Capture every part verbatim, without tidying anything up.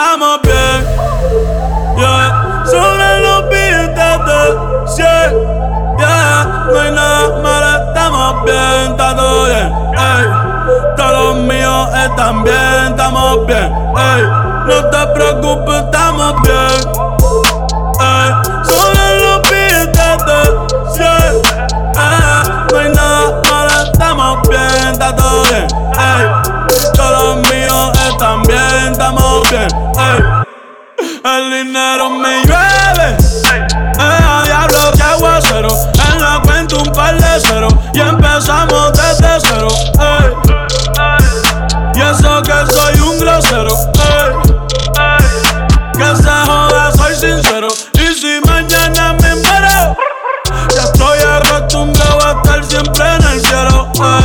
estamos bien. Yeah, sobre los billetes de cien. Yeah, no hay nada malo, estamos bien, está todo bien. Ey, todos los míos están bien, estamos bien. Ey, no te preocupes, estamos bien. Ey, sobre los billetes de cien. Yeah, no hay nada malo, estamos bien, está todo bien. Ey, todos los míos están bien, estamos bien. Ey, el dinero me llueve. Eh, diablo, que aguacero. En la cuenta un par de cero. Y empezamos desde cero. Ey. Y eso que soy un grosero. Ey. Que se joda, soy sincero. Y si mañana me muero, ya estoy acostumbrado a estar siempre en el cielo.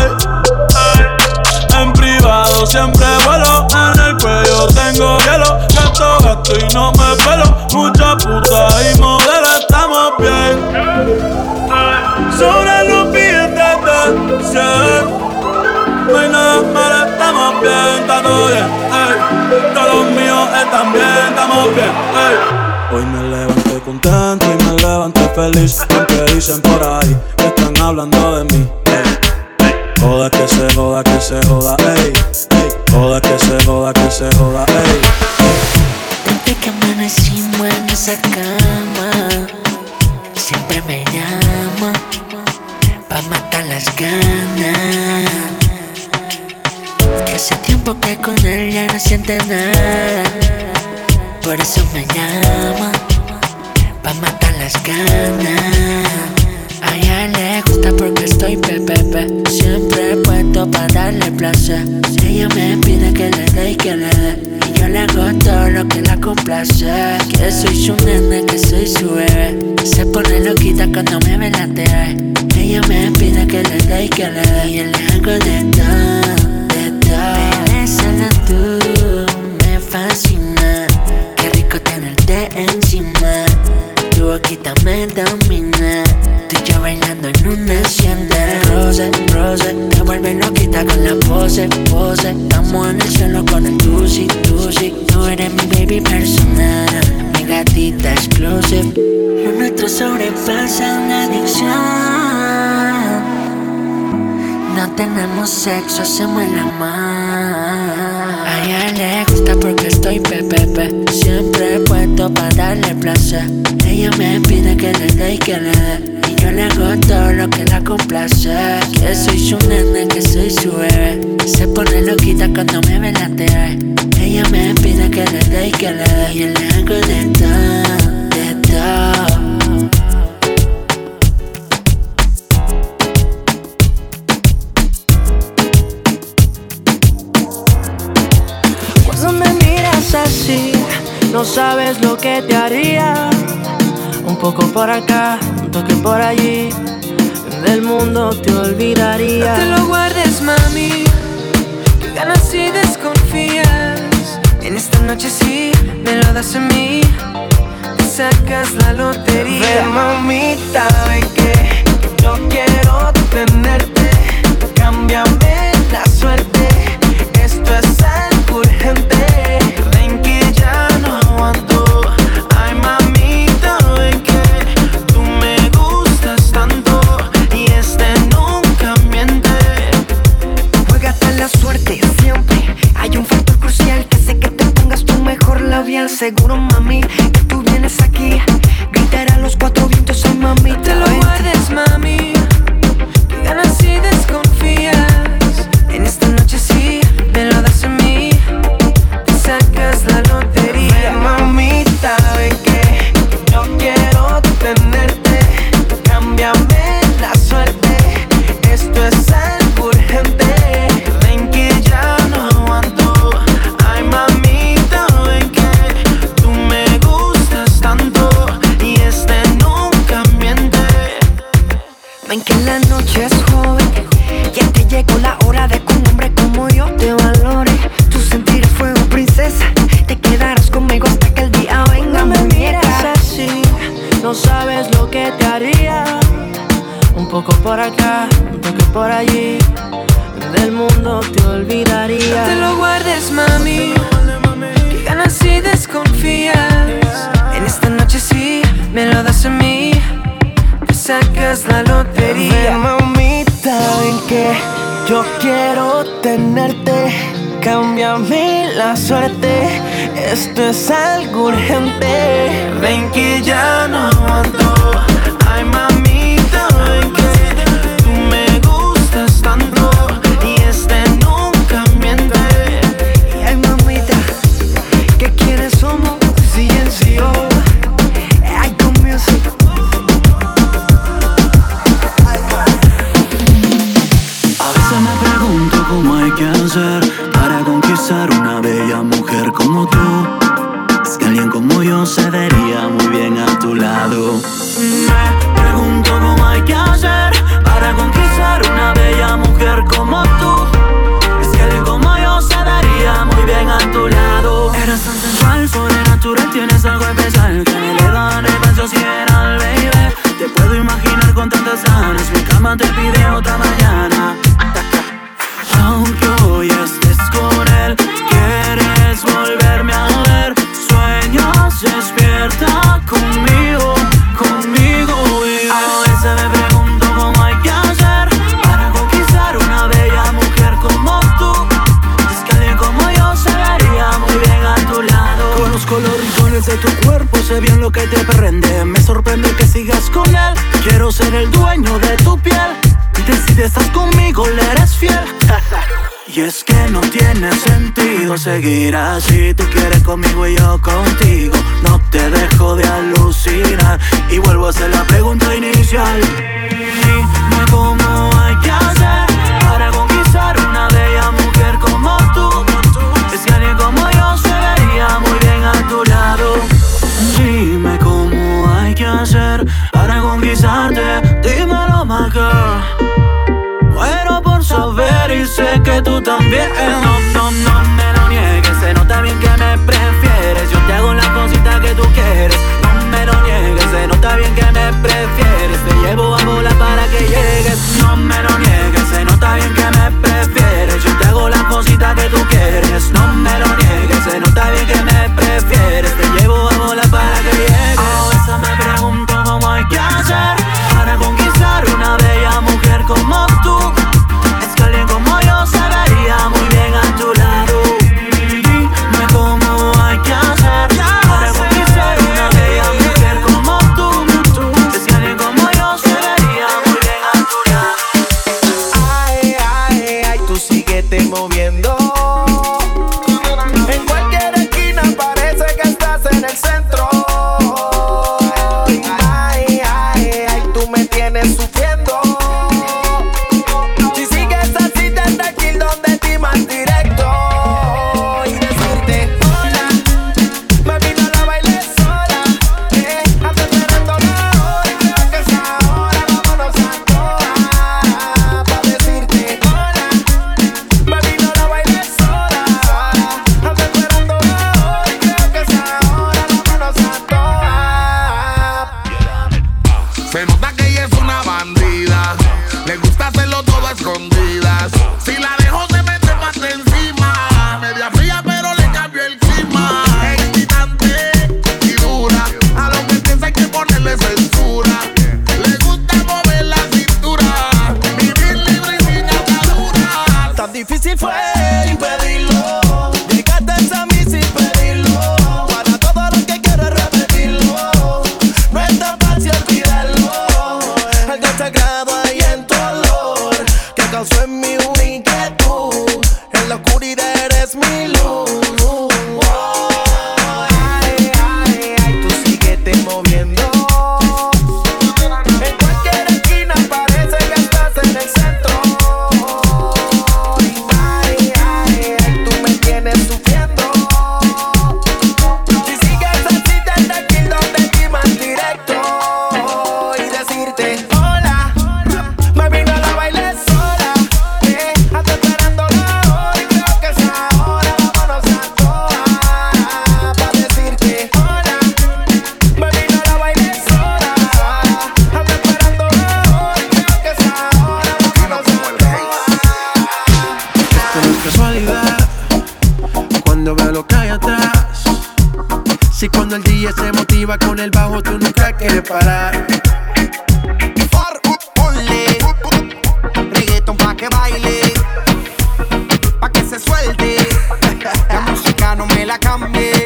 Ey. En privado siempre vuelo. En el cuello tengo hielo. Gasto, gasto y no me pelo. Mucha puta y modelo, estamos bien. Sobre los billetes de cien. No hay nada malo, estamos bien, está todo bien. Ey. Todos los míos están bien, estamos bien. Ey. Hoy me levanté contento y me levanté feliz. Aunque dicen por ahí que están hablando de mí. Ey. Joda que se joda, que se joda, ey, ey. Joda que se joda, que se joda, ey. Desde que amanecimos en esa cama, siempre me llama pa' matar las ganas. Que hace tiempo que con él ya no siente nada. Por eso me llama pa' matar las ganas. A ella le gusta porque estoy pepepe. Siempre puesto pa' darle placer. Ella me pide que le dé y que le dé. Y yo le hago todo lo que la complace. Que soy su nena, que soy su bebé. Se pone loquita cuando me ve la T V. Ella me pide que le dé y que le dé. Y yo le hago de todo, de todo. Bebé, solo tú me fascina. Qué rico tenerte encima. Tu boquita me domina. Tú y yo bailando en una hacienda. Rose, rose, te vuelve loquita con la pose, pose. Estamos en el cielo con el tusi, tusi. Tú eres mi baby personal, mi gatita exclusive. Lo nuestro sobrepasa una adicción. No tenemos sexo, hacemos el amor. A ella le gusta porque estoy pepepe. Siempre puesto pa' darle placer. Ella me pide que le dé y que le dé. Y yo le hago todo lo que la complace. Que soy su nena, que soy su bebé. Se pone loquita cuando me ve la T V. Ella me pide que le dé y que le dé. Y yo le hago de todo, de todo. Cuando me miras así, no sabes lo que te haría. Un poco por acá, un toque por allí. Del mundo te olvidaría. No te lo guardes, mami, que ganas y desconfías. En esta noche sí, me lo das a mí. Te sacas la lotería. Ven, mamita, ven que yo quiero tenerte. Cámbiame la suerte. Esto es algo urgente. Ven que ya no aguanto. Ay, mamita, ven que tú me gustas tanto. Y este nunca miente. Juégate la suerte siempre. Hay un factor crucial que hace que te pongas tu mejor labial. Seguro, mami, que tú vienes aquí. Gritar a los cuatro vientos, ay, mamita. No te lo guardes, mami, que ganas y desconfías. En esta noche sí, me lo das a mí. Te sacas la lotería. Ven, mamita, ven que yo quiero tenerte. Cámbiame la suerte. Esto es algo urgente. Ven que ya no aguanto. Ay, mamita, ven que tú me gustas tanto. Y este nunca miente. Ven que la noche es joven. Ya te llegó la hora de que un hombre como yo te valore. Tu sentir es fuego, princesa. Te quedarás conmigo hasta que el día venga. No me miras así, no sabes lo que te haría. Un poco por acá, un toque por allí. Del mundo te olvidaría. No te lo guardes, mami, que ganas y desconfías. suerte. Esto es algo urgente. Ven que ya no aguanto. Ay, mamita, ven que tú me gustas tanto. Y este nunca miente. Y ay, mamita, ¿qué quieres somos? C N C O. Ay, con music. A veces me pregunto cómo hay que hacer para conquistar una bella mujer como tú. Es que alguien como yo se vería muy bien a tu lado. Me pregunto cómo hay que hacer para conquistar una bella mujer como tú. Es que alguien como yo se vería muy bien a tu lado. Eres tan sensual, sobrenatural, tienes algo especial que me eleva en el paso sideral, baby. Te puedo imaginar con tantas ganas, mi cama te pide otra mañana. Aunque hoy estés con él, quieres volverme a ver. Sueños, despierta conmigo, conmigo. Y a veces me pregunto cómo hay que hacer para conquistar una bella mujer como tú. Es que alguien como yo se vería muy bien a tu lado. Conozco los rincones de tu cuerpo, sé bien lo que te prende. Me sorprende que sigas con él. Quiero ser el dueño de tu piel. Si estás conmigo, le eres fiel. Y es que no tiene sentido seguir así. Tú quieres conmigo y yo contigo. No te dejo de alucinar. Y vuelvo a hacer la pregunta inicial. Dime cómo hay que hacer para conquistar una bella mujer como tú. Es que alguien como yo se vería muy bien a tu lado. Dime cómo hay que hacer para conquistarte. Dímelo, my girl. Muero por saber y sé que tú también. No, no, no me lo niegues. Se nota bien que me prefieres. Yo te hago la cosita que tú quieres. No me lo niegues. Se nota bien que me prefieres. Te llevo a volar para que llegues. No me lo niegues. Se nota bien que me prefieres. Yo te hago la cosita que tú quieres. No me lo niegues. Se nota bien que me prefieres. Te llevo a volar para que llegues. A veces me pregunto cómo hay que hacer para conquistar una bella mujer como tú. Es que alguien como yo se vería muy bien a tu lado. Dime cómo hay que hacer para conquistar una bella mujer como tú. Es que alguien como yo se vería muy bien a tu lado. Ay, ay, ay, tú síguete moviendo. En cualquier esquina parece que estás en el centro. Ay, ay, ay, tú me tienes sufriendo. Si sigues así tendré que ir donde ti más directo y decirte hola, mami, no la bailes sola. Eh, ando esperando la hora y creo que es ahora. Vámonos a todas pa' decirte hola, mami, no la bailes sola. Ando esperando la hora y creo que es ahora. Vámonos a todas. Se nota que ella es una bandida. Le gusta hacerlo todo a escondidas. Si la dejo se mete más de encima. Media fría pero le cambio el clima. Es excitante y dura. A lo que piensa hay que ponerle censura. Le gusta mover la cintura. Vivir libre y sin ataduras. Tan difícil fue impedirlo. Llegaste a mí sin pedirlo. Para todo lo que quieras repetirlo. No es tan fácil olvidarlo. Algo sagrado hay en tu olor que causó en mí una inquietud. En la oscuridad eres mi luz. Ay, ay, ay, tú síguete moviendo. En cualquier esquina parece que estás en el centro. Ay, ay, ay, tú me tienes sufriendo. Si sigues así tendré que ir donde ti más directo y decirte hola, mami, no la bailes sola. Eh, ando esperando la hora y creo que es ahora. Vámonos a todas pa' decirte hola, mami, no la bailes sola. Ando esperando la hora y creo que es ahora. Vámonos a todas. Esto no es casualidad cuando veo lo que hay atrás. Si cuando el día se motiva con el bajo tú nunca quieres parar. For only reggaeton pa' que baile, pa' que se suelte. La música no cambie.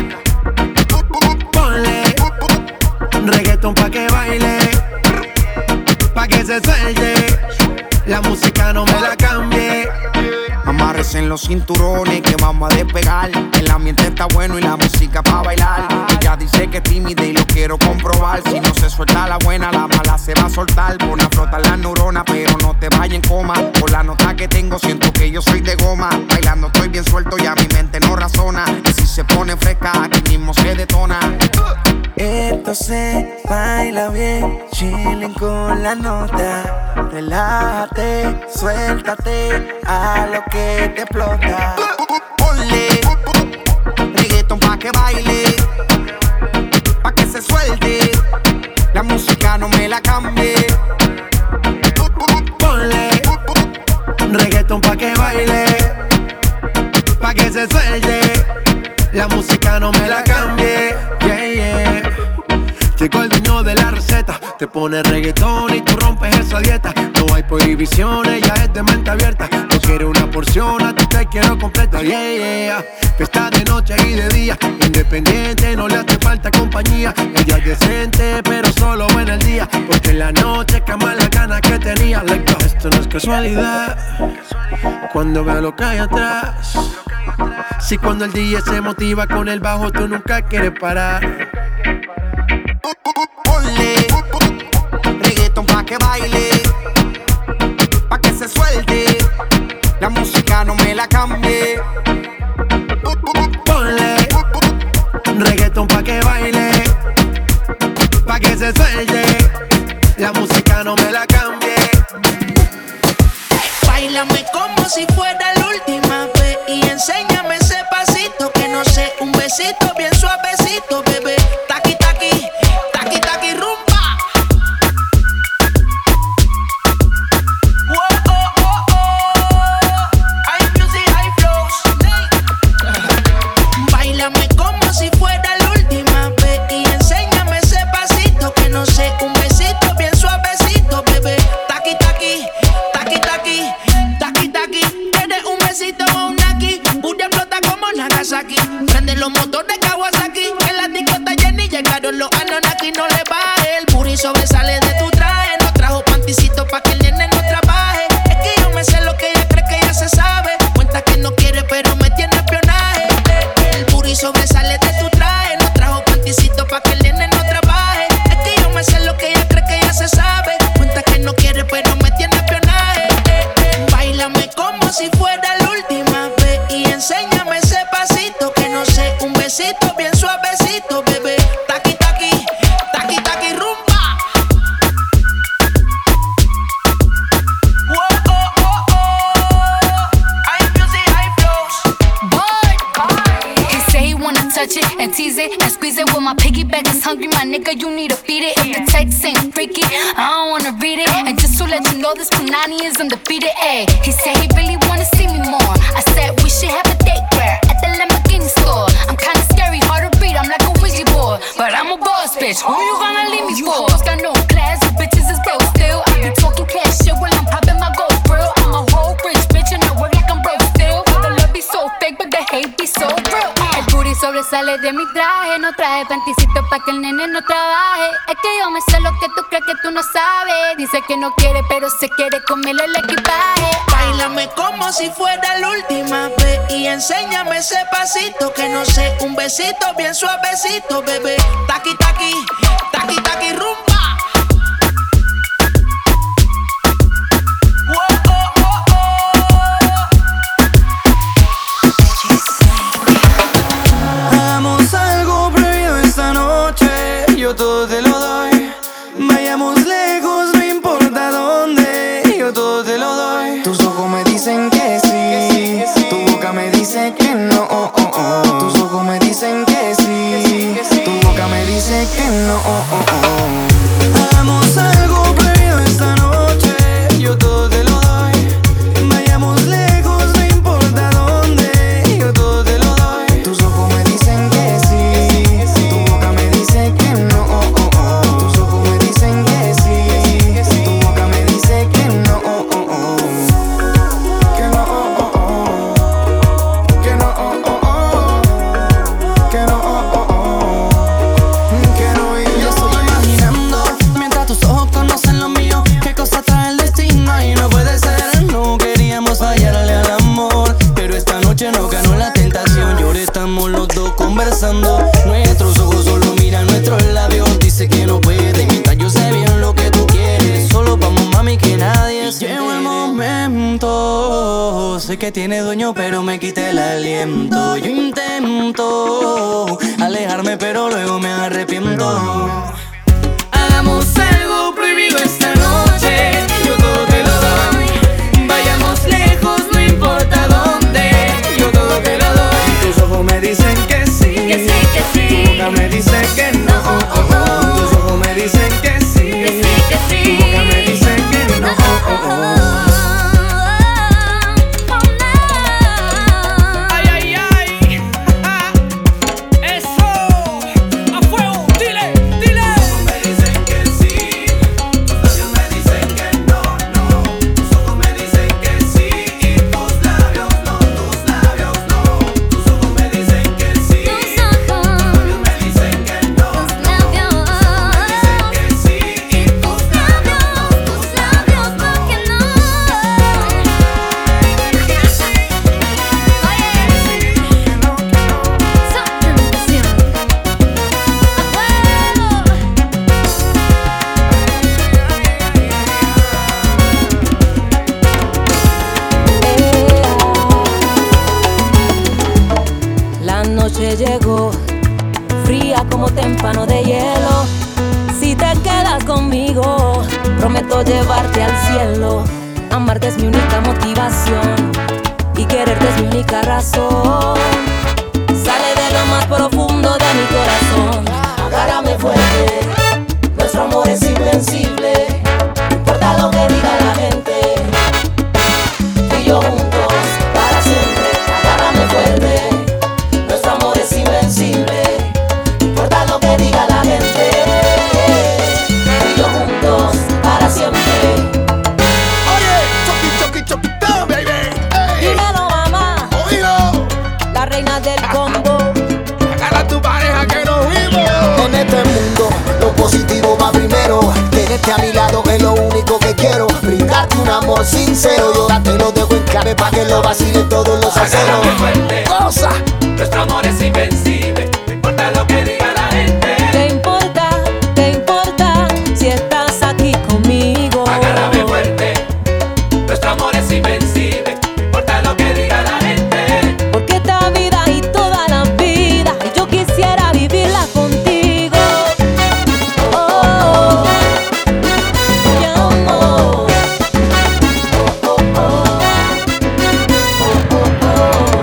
Ponle reggaetón pa' que baile, pa' que se suelte. La música no me la cambie. Amarres en los cinturones que vamos a despegar. El ambiente está bueno y la música pa' bailar. Ella dice que es tímida y lo quiero comprobar. Si no se suelta la buena, la mala se va a soltar. Pon a flotar las neuronas, pero no te vayas en coma. Por la nota que tengo siento que yo soy de goma. Bailando estoy bien suelto y a mi mente no razona. Y si se pone fresca, aquí mismo se detona. Esto se baila bien, chilling con la nota. Relájate, suéltate a lo que te explota. Ponle reggaetón pa' que baile, pa' que se suelte. La música no me la cambie. Ponle reggaetón pa' que baile, pa' que se suelte. La música no me la cambie. Yeah, yeah. Llegó el dueño de la receta, te pone reggaetón y tú rompes esa dieta. No hay prohibiciones, ya es de mente abierta. No quiero una porción, a ti te quiero completa. Yeah, yeah. Fiesta de noche y de día, independiente, no le hace falta compañía. Ella es decente, pero solo en el día, porque en la noche cama las ganas que tenía. Like, no, esto no es casualidad, cuando veo lo que hay atrás. Si cuando el D J se motiva con el bajo, tú nunca quieres parar. Ponle reggaetón pa' que baile, pa' que se suelte. La música no me la cambie. Ponle reggaetón pa' que baile, pa' que se suelte. La música no me la cambie. Báilame como si fuera la última vez y enséñame ese pasito que no sé, un besito bien suavecito, bebé. Taqui, taqui, taqui, taqui, rumba. Whoa, oh, oh, oh. Hay music, hay flows. Báilame como si fuera la última vez y enséñame ese pasito que no sé, un besito bien suavecito, bebé. Taqui, taqui, taqui, taqui, taqui, taqui. Tienes un besito o un aquí, Buria flota como Nagasaki. Prende los motores Kawasaki, en la discota Jenny llegaron los Anunnaki. No le baje, el booty sobresale de tu traje. No trajo panticito pa' que el nene no trabaje. Es que yo me sé lo que ella cree que ella se sabe. Cuenta que no quiere pero me tiene espionaje. El booty sobresale de tu traje. No trajo panticito pa' que el nene no trabaje. Es que yo me sé lo que ella cree que ella se sabe. Cuenta que no quiere pero me tiene espionaje. Báilame como si fuera la última vez y enséñame ese pasito que no sé, un besito bien suavecito, bebé. Taqui, taqui, taqui, taqui, rumba. Whoa, oh, oh, oh. Hay music, hay flows. Boy, he say he wanna touch it and tease it and squeeze it. Well, my piggyback is hungry, my nigga, you need to feed it. If the text ain't freaky, I don't wanna read it. And just to let you know, this Punani is undefeated. Ay, he said he really wanna see me more. I said we should have a date where at the Lamborghini store. I'm kinda scary, hard to read, I'm like a Ouija board, but I'm a boss bitch. Who you gonna leave me for? You got no class, you bitches is broke still. I be talking cash shit while I'm popping my gold grill. I'm a whole rich bitch and I work like I'm broke still. The love be so fake, but the hate be so real. El booty sobresale de mi traje, no traje panticito pa' que el nene no trabaje. Es que yo me sé lo que tú crees que tú no sabes. Dice que no quiere, pero se quiere comerle el equipaje. Báilame como si fuera la última vez y enséñame ese pasito que no sé, un besito bien suavecito, bebé. Taqui, taqui, taqui, taqui, rumba. Whoa, oh, oh, oh. Hagamos algo previo esta noche, yo todo te lo doy. Vayamos lejos, no importa dónde, yo todo te lo doy. Tus ojos me dicen que sí, tu boca me dice que no. Oh, oh, oh. Tus ojos me dicen que sí, tu boca me dice que no. Oh, oh, oh. Hagamos algo previo esta noche, yo todo te lo doy. Vayamos lejos, no importa dónde, yo todo te lo doy. Tus ojos me dicen que sí, tu boca me dice que no. Oh, oh, oh. Tus ojos me dicen que sí, tu boca me dice que no. Oh, oh, oh. Que no, oh, oh, oh. Que no, oh, oh, oh. conversando. Nuestros ojos solo miran nuestros labios. Dice que no puede imitar, yo sé bien lo que tú quieres. Solo vamos, mami, que nadie se llegó el momento. Sé que tiene dueño, pero me quité el aliento. Yo intento alejarme, pero luego me arrepiento. Hagamos algo prohibido esta noche. Yo todo te lo doy. Vayamos lejos, no importa dónde. Yo todo te lo doy. Tus ojos me dicen que sí, que sí, que sí. Tu boca me dice que no. No, oh, oh, oh. Tus ojos me dicen que sí, que sí, que sí. Tu boca me dice que no. No, oh, oh, oh. Ay, ay, ay. Eso. A fuego, dile, dile. Tus ojos me dicen que sí, tus labios me dicen que no, no. Tus ojos me dicen que sí y tus labios no, tus labios no. Tus ojos me dicen que sí, tus labios me dicen que no, no. Tus labios me dicen que sí y tus labios no, tus labios no. La noche llegó, fría como témpano de hielo. Si te quedas conmigo, prometo llevarte al cielo. Amarte es mi única motivación y quererte es mi única razón. Sale de lo más profundo de mi corazón. Agárrame fuerte, nuestro amor es invencible. No importa lo que diga la gente, tú y yo juntos para siempre. Agárrame fuerte, nuestro amor es invencible. No importa lo que diga la gente, tú y yo juntos para siempre. Oye, choqui, choqui, choqui, down, baby. Ey. Dímelo, mamá, Oído, la reina del combo. agarra a tu pareja que nos vimos. En este mundo lo positivo va primero. Tenerte a mi lado es lo único que quiero. Brindarte un amor sincero. Yo ahora te lo dejo en clave pa' que lo vacilen todos los aceros. Cosa. Nuestro amor es invencible. No importa lo que diga la gente. ¿Te importa? ¿Te importa si estás aquí conmigo? Agárrame fuerte. Nuestro amor es invencible. No importa lo que diga la gente. Porque esta vida y toda la vida yo quisiera vivirla contigo. Oh, mi amor. Oh, oh, oh. Oh, oh, oh.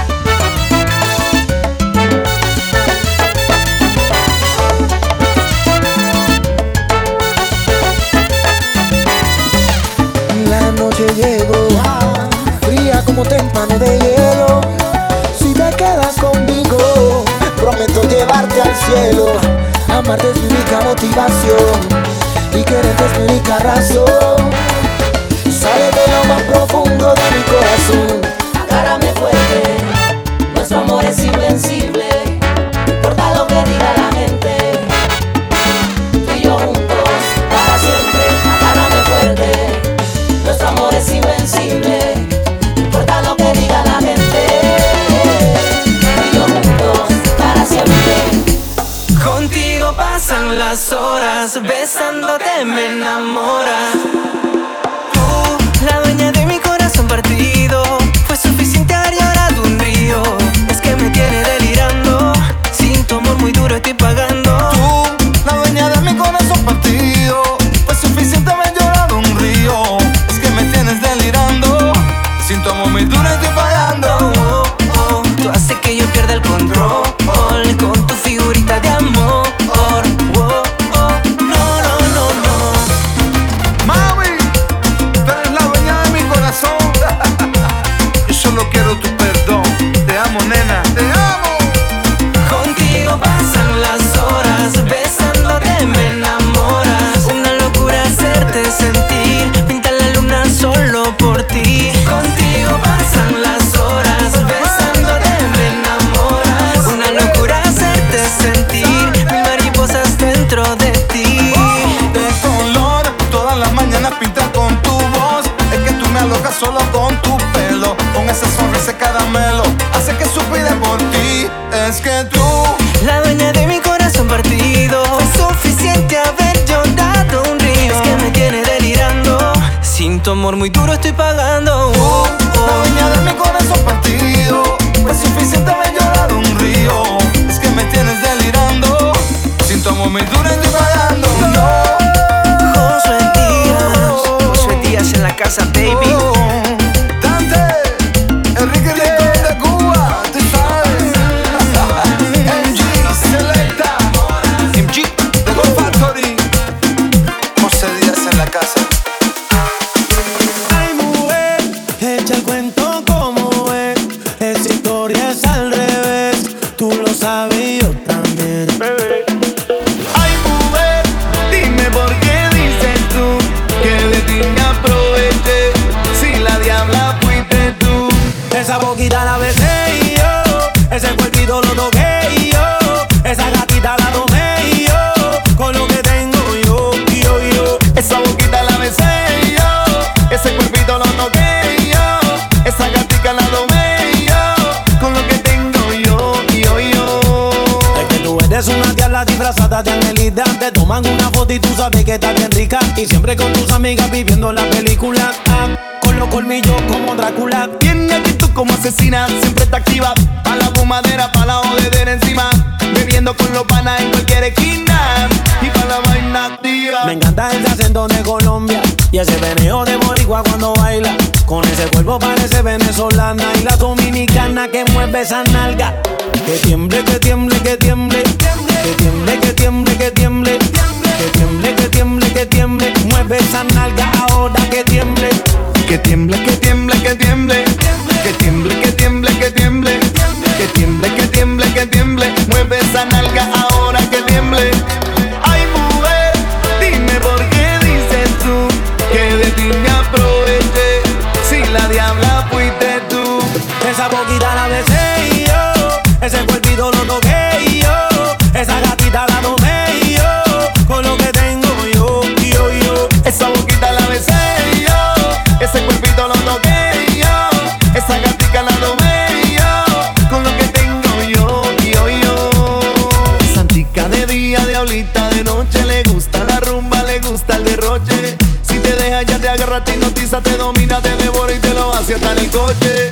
La noche llegó, fría como témpano de hielo. Si te quedas conmigo, prometo llevarte al cielo. Amarte es mi única motivación y quererte es mi única razón. Sale de lo más profundo de mi corazón. Agárrame fuerte, nuestro amor es invencible. No importa lo que diga la gente, tú y yo juntos para siempre. Agárrame fuerte, nuestro amor es invencible. No importa lo que diga la gente, tú y yo juntos para siempre. Contigo pasan las horas, besándote me enamoras. Tú, la dueña de mi corazón partido, fue suficiente haber llorado un río. Es que me tiene delirando, sin tu amor muy duro estoy pagando. Tú, la dueña de mi corazón partido, fue suficiente haber llorado un río. Es que me tienes delirando, sin tu amor muy duro estoy pagando. Oh, oh, tú haces que yo pierda el control con tu figurita de amor. Oh, oh, no, no, no, no. Mami, tú eres la dueña de mi corazón. la dueña de mi corazón partido. Es suficiente haber llorado un río. Es que me tiene delirando. Sin tu amor muy duro estoy pagando. uh, oh. La dueña de mi corazón partido. Es suficiente haber llorado un río. Es que me tienes delirando. Sin tu amor muy duro estoy pagando. Josué Díaz, Josué Díaz en la casa, baby. Dante, Enrique Rincón de Cuba, tú sabes. M G Selecta, M G de Gold Factory. José Díaz en la casa. Ay, mujer, echa el cuento como es. Esa historia es al revés. Tú lo sabes y yo también. Ay, mujer, dime por qué dices tú que de ti me aproveché. Si la diabla fuiste tú. Esa boquita la besé y yo, ese cuerpito lo toqué y yo, esa gatita la tomé y yo, con lo que tengo yo, yo, yo. Esa boquita la besé y yo, ese cuerpito lo toqué y yo, esa gatica la domé y yo, con lo que tengo yo, yo, yo. Es que tú eres una diabla disfrazada de angelita. Te toman una foto y tú sabes que está bien rica. Y siempre con tus amigas viviendo la película. Ah, con los colmillos como Drácula. Tiene actitud como asesina, siempre está activa. Pa' la fumadera, pa' la jodedera encima. Bebiendo con los panas en cualquier esquina. Y pa' la vaina activa. Me encanta ese acento de Colombia y ese veneo de boricua cuando baila. Con ese cuerpo parece venezolana. Y la dominicana que mueve esa nalga. Que tiemble, que tiemble, que tiemble. Que tiemble, que tiemble, que tiemble. Que tiemble, que tiemble, que tiemble. Mueve esa nalga ahora que tiemble. Que tiemble, que tiemble, que tiemble. Que tiemble, que tiemble, que tiemble. Que tiemble, que tiemble, que tiemble. Mueve esa nalga ahora que tiemble. Ay, mujer, dime por qué dices tú que de ti me aproveché. Si la diabla fuiste tú. Esa boquita la besé y yo, ese cuerpito lo toqué y yo, esa gatita la tomé y yo, con lo que tengo yo, yo, yo. Esa boquita la besé y yo, ese cuerpito lo toqué y yo, esa gatica la tomé y yo, con lo que tengo yo, yo, yo. Santica de día, diablita de noche, le gusta la rumba, le gusta el derroche. Si te deja ya te agarra, te hipnotiza, te domina, te devora y te lo hace hasta en el coche.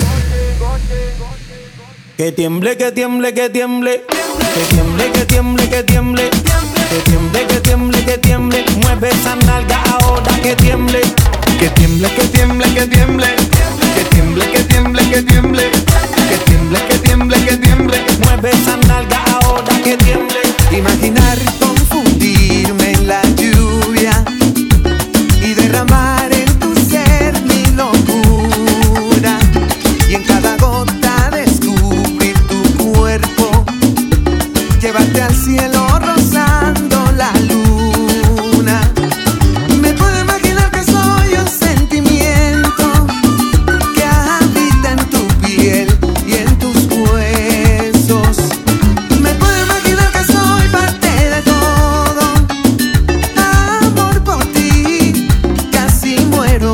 Que tiemble, que tiemble, que tiemble. Que tiemble, que tiemble, que tiemble. Que tiemble, que tiemble, que tiemble. Mueve esa nalga ahora que tiemble. Que tiemble, que tiemble, que tiemble. Que tiemble, que tiemble, que tiemble. Que tiemble, que tiemble, que tiemble. Mueve esa nalga ahora que tiemble. Imaginar confundirme en la lluvia y derramar en tu ser mi locura. Y en cada gota descubrir tu cuerpo, llevarte al cielo rozando la luna. Me puedo imaginar que soy un sentimiento que habita en tu piel y en tus huesos. Me puedo imaginar que soy parte de todo. Amor por ti, casi muero.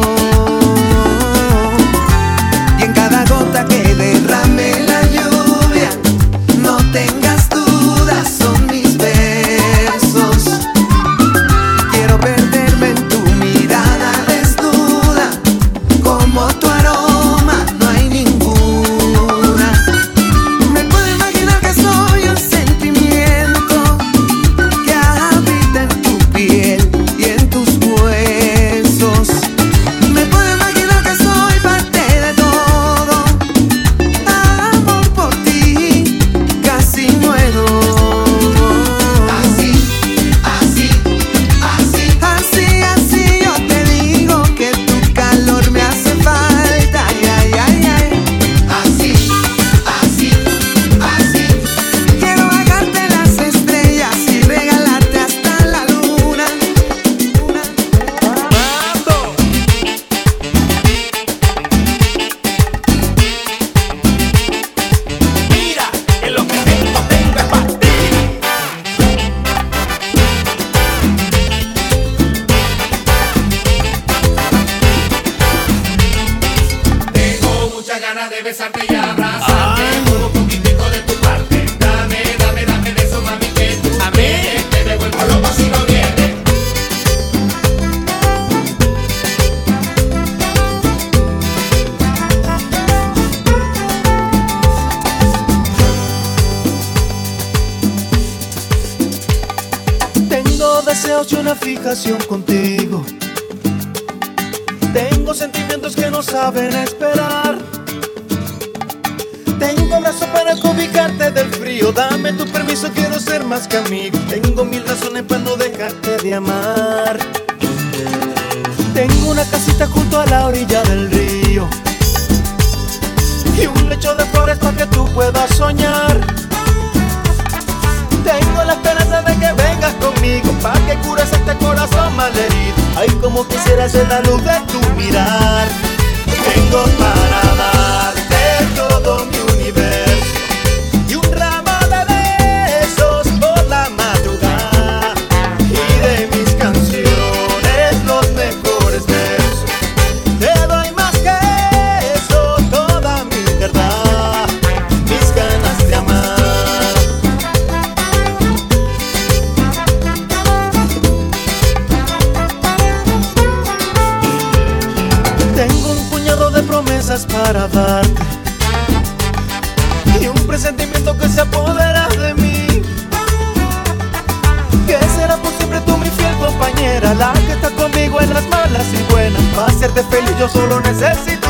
Y en cada gota que derrame la lluvia, no tengas dudas, son mis besos. deseos y una fijación contigo. Tengo sentimientos que no saben esperar. Tengo brazos para ubicarte del frío. Dame tu permiso, quiero ser más que amigo. Tengo mil razones para no dejarte de amar. Tengo una casita junto a la orilla del río y un lecho de flores para que tú puedas soñar. Tengo la esperanza de que vengas conmigo para que cures este corazón malherido. Ay, como quisiera ser la luz de tu mirar. Tengo para darte todo mi universo y un ramo de besos por la madrugada, y de mis canciones los mejores versos. Te doy más que eso, toda mi verdad, mis ganas de amar. Tengo un puñado de promesas para darte y un presentimiento que se apodera de mí. Que será por siempre tú mi fiel compañera, la que está conmigo en las malas y buenas. Para hacerte feliz yo solo necesito